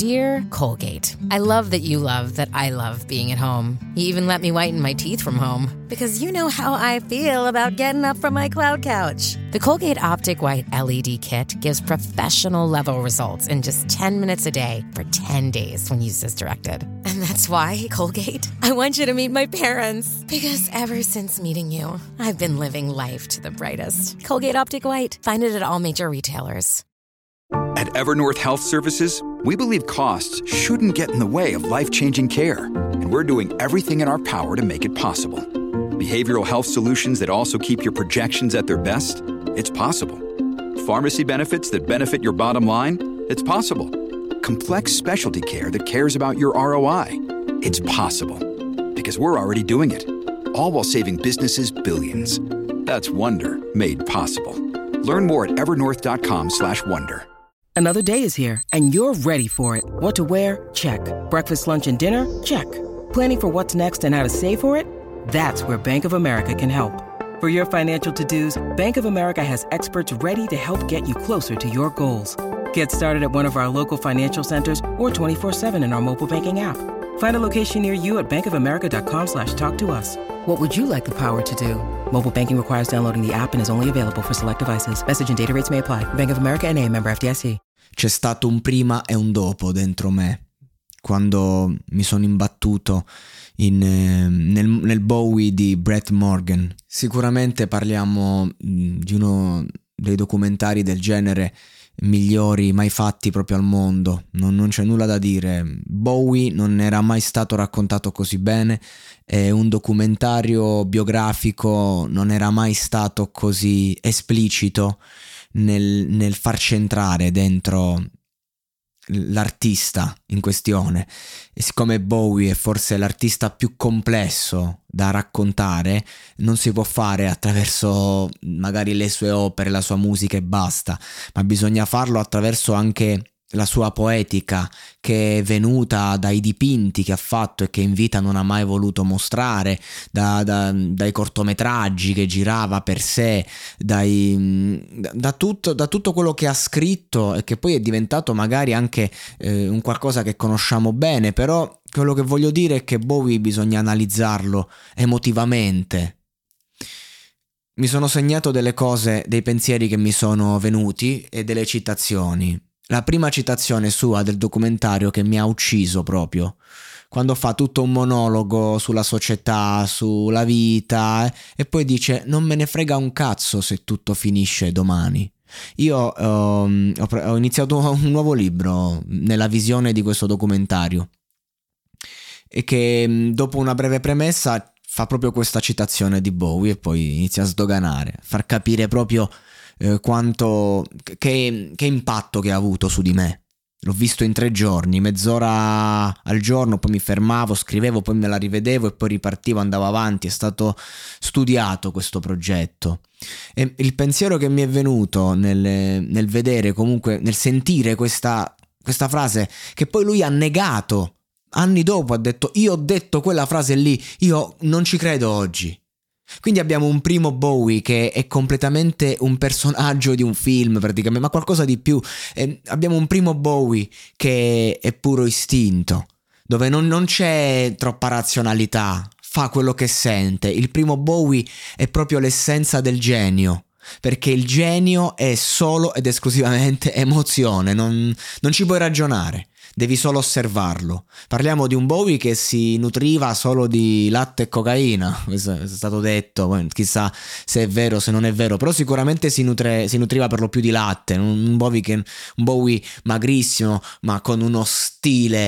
Dear Colgate, I love that you love that I love being at home. You even let me whiten my teeth from home. Because you know how I feel about getting up from my cloud couch. The Colgate Optic White LED Kit gives professional level results in just 10 minutes a day for 10 days when used as directed. And that's why, Colgate, I want you to meet my parents. Because ever since meeting you, I've been living life to the brightest. Colgate Optic White. Find it at all major retailers. At Evernorth Health Services, we believe costs shouldn't get in the way of life-changing care, and we're doing everything in our power to make it possible. Behavioral health solutions that also keep your projections at their best? It's possible. Pharmacy benefits that benefit your bottom line? It's possible. Complex specialty care that cares about your ROI? It's possible. Because we're already doing it. All while saving businesses billions. That's Wonder made possible. Learn more at evernorth.com/wonder. Another day is here, and you're ready for it. What to wear? Check. Breakfast, lunch, and dinner? Check. Planning for what's next and how to save for it? That's where Bank of America can help. For your financial to-dos, Bank of America has experts ready to help get you closer to your goals. Get started at one of our local financial centers or 24/7 in our mobile banking app. Find a location near you at bankofamerica.com/talktous. What would you like the power to do? Mobile banking requires downloading the app and is only available for select devices. Message and data rates may apply. Bank of America N.A., member FDIC. C'è stato un prima e un dopo dentro me quando mi sono imbattuto nel Bowie di Brett Morgen. Sicuramente parliamo di uno dei documentari del genere migliori mai fatti proprio al mondo. Non c'è nulla da dire. Bowie non era mai stato raccontato così bene, e un documentario biografico non era mai stato così esplicito nel far centrare dentro l'artista in questione. E siccome Bowie è forse l'artista più complesso da raccontare, non si può fare attraverso magari le sue opere, la sua musica e basta, ma bisogna farlo attraverso anche la sua poetica, che è venuta dai dipinti che ha fatto e che in vita non ha mai voluto mostrare, dai cortometraggi che girava per sé, da tutto quello che ha scritto e che poi è diventato magari anche un qualcosa che conosciamo bene. Però quello che voglio dire è che Bowie bisogna analizzarlo emotivamente. Mi sono segnato delle cose, dei pensieri che mi sono venuti e delle citazioni. La prima citazione sua del documentario che mi ha ucciso proprio, quando fa tutto un monologo sulla società, sulla vita, e poi dice: non me ne frega un cazzo se tutto finisce domani. Io ho iniziato un nuovo libro nella visione di questo documentario, e che dopo una breve premessa fa proprio questa citazione di Bowie e poi inizia a sdoganare, a far capire proprio quanto che impatto che ha avuto su di me. L'ho visto in 3 giorni, mezz'ora al giorno, poi mi fermavo, scrivevo, poi me la rivedevo e poi ripartivo, andavo avanti. È stato studiato questo progetto, e il pensiero che mi è venuto nel vedere, comunque nel sentire questa frase che poi lui ha negato anni dopo, ha detto: io ho detto quella frase lì, io non ci credo oggi. Quindi abbiamo un primo Bowie che è completamente un personaggio di un film praticamente, ma qualcosa di più. Abbiamo un primo Bowie che è puro istinto, dove non c'è troppa razionalità, fa quello che sente. Il primo Bowie è proprio l'essenza del genio, perché il genio è solo ed esclusivamente emozione, non ci puoi ragionare. Devi solo osservarlo. Parliamo di un Bowie che si nutriva solo di latte e cocaina, questo è stato detto, poi chissà se è vero o se non è vero, però sicuramente si nutriva per lo più di latte. Un Bowie magrissimo, ma con uno stile,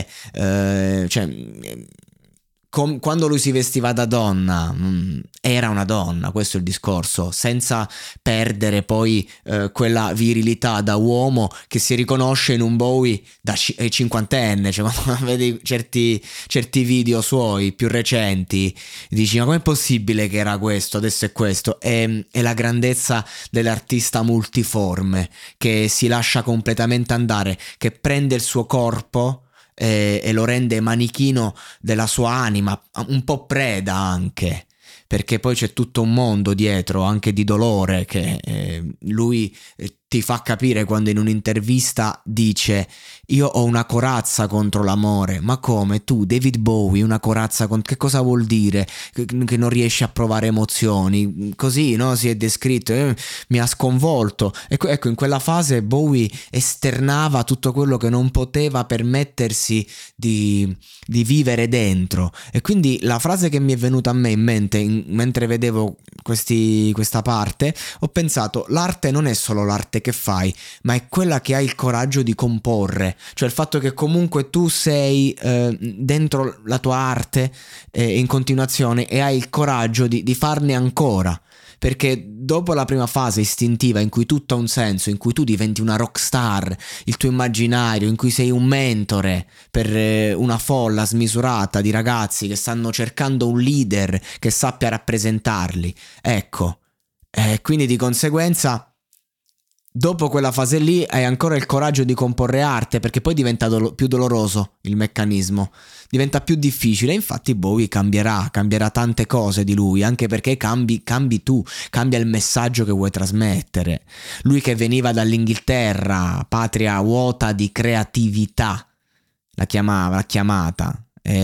quando lui si vestiva da donna, era una donna, questo è il discorso, senza perdere poi quella virilità da uomo che si riconosce in un Bowie da cinquantenne. Cioè, quando vedi certi video suoi più recenti, dici: ma com'è possibile che era questo, adesso è questo? È la grandezza dell'artista multiforme, che si lascia completamente andare, che prende il suo corpo e lo rende manichino della sua anima, un po' preda anche, perché poi c'è tutto un mondo dietro anche di dolore che lui ti fa capire quando in un'intervista dice: io ho una corazza contro l'amore. Ma come? Tu, David Bowie, una corazza contro... Che cosa vuol dire? Che non riesci a provare emozioni? Così, no? Si è descritto, mi ha sconvolto. Ecco, in quella fase Bowie esternava tutto quello che non poteva permettersi di vivere dentro. E quindi la frase che mi è venuta a me in mente mentre vedevo questa parte, ho pensato: l'arte non è solo l'arte che fai, ma è quella che hai il coraggio di comporre, cioè il fatto che comunque tu sei dentro la tua arte in continuazione e hai il coraggio di farne ancora, perché dopo la prima fase istintiva in cui tutto ha un senso, in cui tu diventi una rockstar, il tuo immaginario, in cui sei un mentore per una folla smisurata di ragazzi che stanno cercando un leader che sappia rappresentarli, ecco, quindi di conseguenza dopo quella fase lì hai ancora il coraggio di comporre arte, perché poi diventa più doloroso il meccanismo, diventa più difficile. Infatti Bowie cambierà tante cose di lui, anche perché cambi tu, cambia il messaggio che vuoi trasmettere. Lui che veniva dall'Inghilterra, patria vuota di creatività, la chiamata,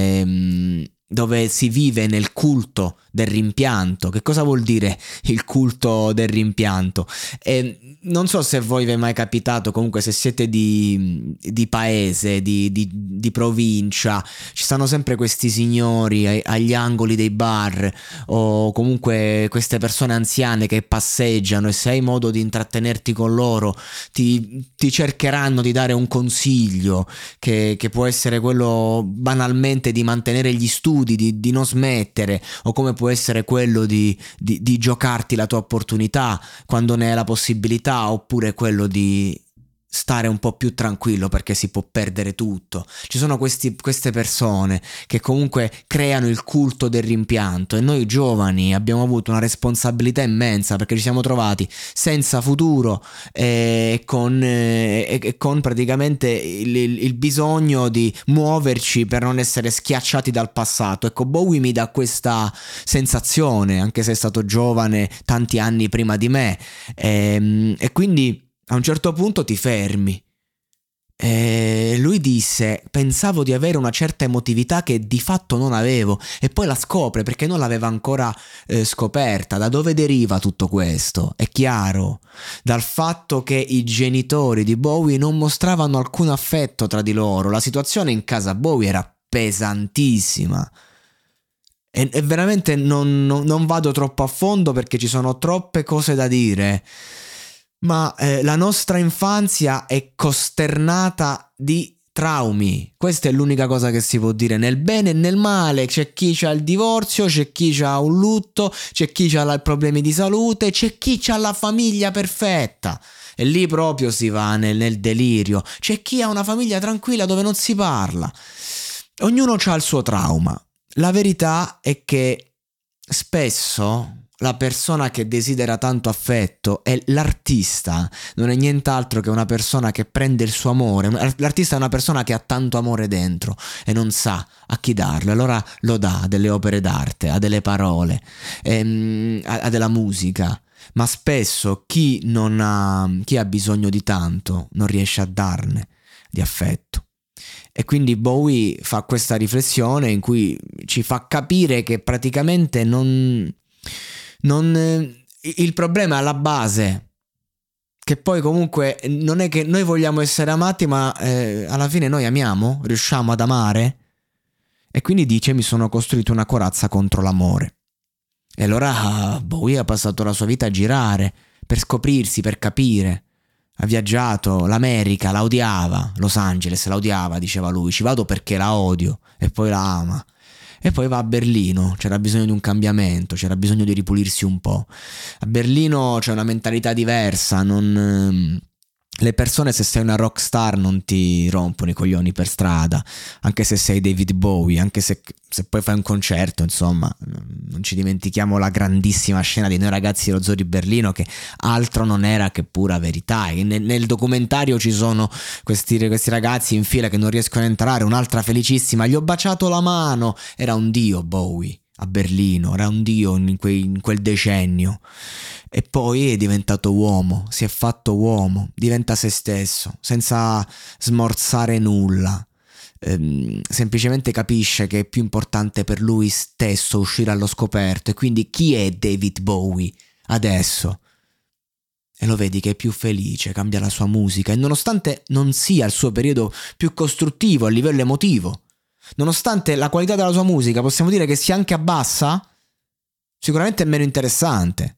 dove si vive nel culto del rimpianto. Che cosa vuol dire il culto del rimpianto? Non so se voi vi è mai capitato, comunque se siete di paese, di provincia, ci stanno sempre questi signori agli angoli dei bar, o comunque queste persone anziane che passeggiano, e se hai modo di intrattenerti con loro ti cercheranno di dare un consiglio che può essere quello banalmente di mantenere gli studi, di non smettere, o come può essere quello di giocarti la tua opportunità quando ne hai la possibilità, oppure quello di stare un po' più tranquillo perché si può perdere tutto. Ci sono queste persone che comunque creano il culto del rimpianto, e noi giovani abbiamo avuto una responsabilità immensa, perché ci siamo trovati senza futuro e con praticamente il bisogno di muoverci per non essere schiacciati dal passato. Ecco, Bowie mi dà questa sensazione, anche se è stato giovane tanti anni prima di me, e quindi a un certo punto ti fermi. Lui disse: pensavo di avere una certa emotività che di fatto non avevo, e poi la scopre perché non l'aveva ancora scoperta. Da dove deriva tutto questo? È chiaro, dal fatto che i genitori di Bowie non mostravano alcun affetto tra di loro. La situazione in casa Bowie era pesantissima. E veramente non vado troppo a fondo perché ci sono troppe cose da dire, ma la nostra infanzia è costernata di traumi. Questa è l'unica cosa che si può dire, nel bene e nel male. C'è chi ha il divorzio, c'è chi ha un lutto, c'è chi ha problemi di salute, c'è chi ha la famiglia perfetta e lì proprio si va nel delirio. C'è chi ha una famiglia tranquilla dove non si parla. Ognuno ha il suo trauma. La verità è che spesso la persona che desidera tanto affetto è l'artista, non è nient'altro che una persona che prende il suo amore. L'artista è una persona che ha tanto amore dentro e non sa a chi darlo, allora lo dà a delle opere d'arte, a delle parole, a della musica. Ma spesso chi ha bisogno di tanto non riesce a darne di affetto. E quindi Bowie fa questa riflessione in cui ci fa capire che praticamente il problema è alla base, che poi comunque non è che noi vogliamo essere amati, ma alla fine noi amiamo, riusciamo ad amare. E quindi dice: mi sono costruito una corazza contro l'amore. E allora Bowie ha passato la sua vita a girare per scoprirsi, per capire. Ha viaggiato, l'America la odiava, Los Angeles la odiava, diceva lui: ci vado perché la odio, e poi la ama. E poi va a Berlino, c'era bisogno di un cambiamento, c'era bisogno di ripulirsi un po'. A Berlino c'è una mentalità diversa, le persone, se sei una rockstar, non ti rompono i coglioni per strada, anche se sei David Bowie, anche se poi fai un concerto, insomma. Non ci dimentichiamo la grandissima scena di Noi ragazzi dello Zoo di Berlino, che altro non era che pura verità. E nel documentario ci sono questi ragazzi in fila che non riescono a entrare, un'altra felicissima: gli ho baciato la mano. Era un dio Bowie, a Berlino, era un dio in quel decennio, e poi è diventato uomo, si è fatto uomo, diventa se stesso, senza smorzare nulla. Semplicemente capisce che è più importante per lui stesso uscire allo scoperto. E quindi chi è David Bowie adesso? E lo vedi che è più felice, cambia la sua musica, e nonostante non sia il suo periodo più costruttivo a livello emotivo, nonostante la qualità della sua musica possiamo dire che sia anche abbassa, sicuramente è meno interessante,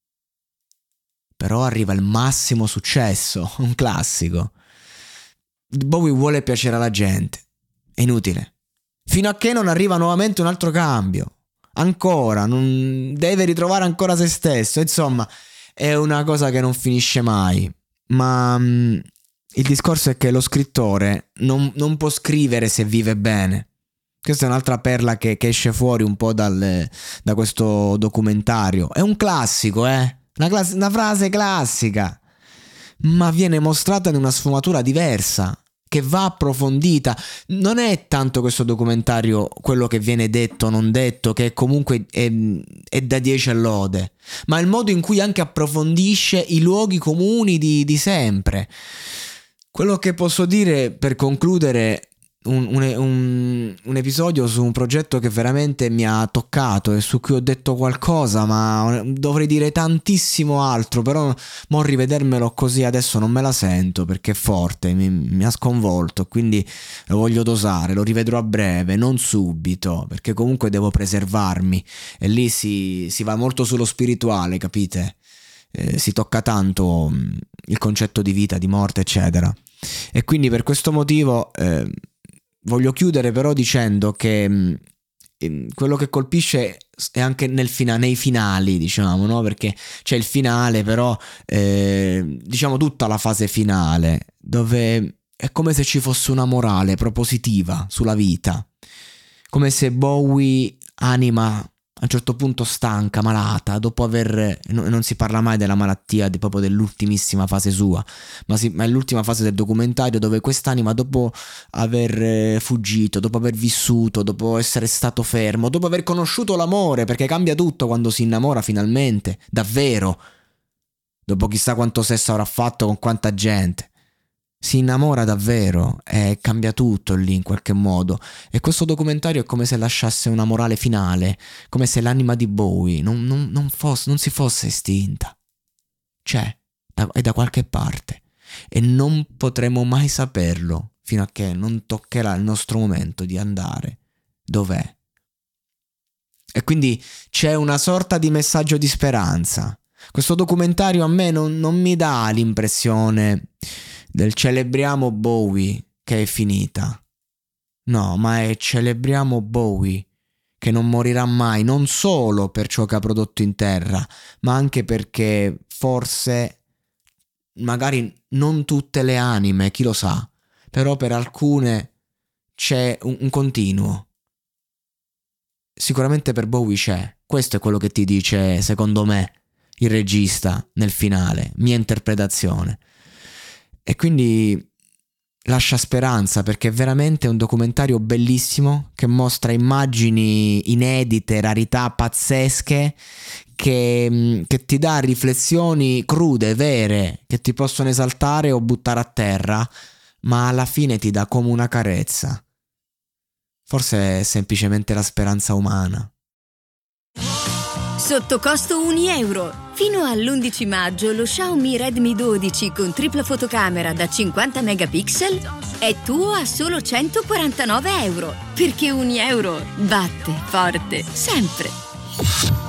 però arriva il massimo successo, un classico. Bowie vuole piacere alla gente, è inutile, fino a che non arriva nuovamente un altro cambio, ancora, non deve ritrovare ancora se stesso. Insomma, è una cosa che non finisce mai. Ma il discorso è che lo scrittore non può scrivere se vive bene. Questa è un'altra perla che esce fuori un po' da questo documentario. È un classico, una frase classica, ma viene mostrata in una sfumatura diversa, che va approfondita. Non è tanto questo documentario quello che viene detto o non detto, che comunque è da 10 a lode, ma il modo in cui anche approfondisce i luoghi comuni di sempre. Quello che posso dire per concludere un episodio su un progetto che veramente mi ha toccato e su cui ho detto qualcosa, ma dovrei dire tantissimo altro, però mo rivedermelo così adesso non me la sento, perché è forte, mi ha sconvolto, quindi lo voglio dosare, lo rivedrò a breve, non subito, perché comunque devo preservarmi, e lì si va molto sullo spirituale, capite? Si tocca tanto il concetto di vita, di morte, eccetera, e quindi per questo motivo voglio chiudere però dicendo che quello che colpisce è anche nei finali, diciamo, no? Perché c'è il finale, però diciamo tutta la fase finale, dove è come se ci fosse una morale propositiva sulla vita, come se Bowie, anima a un certo punto stanca, malata, dopo aver, non si parla mai della malattia, proprio dell'ultimissima fase sua, ma è l'ultima fase del documentario, dove quest'anima, dopo aver fuggito, dopo aver vissuto, dopo essere stato fermo, dopo aver conosciuto l'amore, perché cambia tutto quando si innamora finalmente, davvero, dopo chissà quanto sesso avrà fatto con quanta gente, si innamora davvero e cambia tutto lì in qualche modo. E questo documentario è come se lasciasse una morale finale, come se l'anima di Bowie non si fosse estinta. È da qualche parte, e non potremo mai saperlo fino a che non toccherà il nostro momento di andare. Dov'è? E quindi c'è una sorta di messaggio di speranza. Questo documentario a me non mi dà l'impressione del celebriamo Bowie che è finita. No, ma è celebriamo Bowie che non morirà mai, non solo per ciò che ha prodotto in terra, ma anche perché forse, magari non tutte le anime, chi lo sa, però per alcune c'è un continuo. Sicuramente per Bowie c'è. Questo è quello che ti dice, secondo me, il regista nel finale, mia interpretazione. E quindi lascia speranza, perché è veramente un documentario bellissimo che mostra immagini inedite, rarità pazzesche, che ti dà riflessioni crude, vere, che ti possono esaltare o buttare a terra, ma alla fine ti dà come una carezza. Forse è semplicemente la speranza umana. Sotto costo €1. Fino all'11 maggio lo Xiaomi Redmi 12 con tripla fotocamera da 50 megapixel è tuo a solo €149, perché €1 batte forte sempre.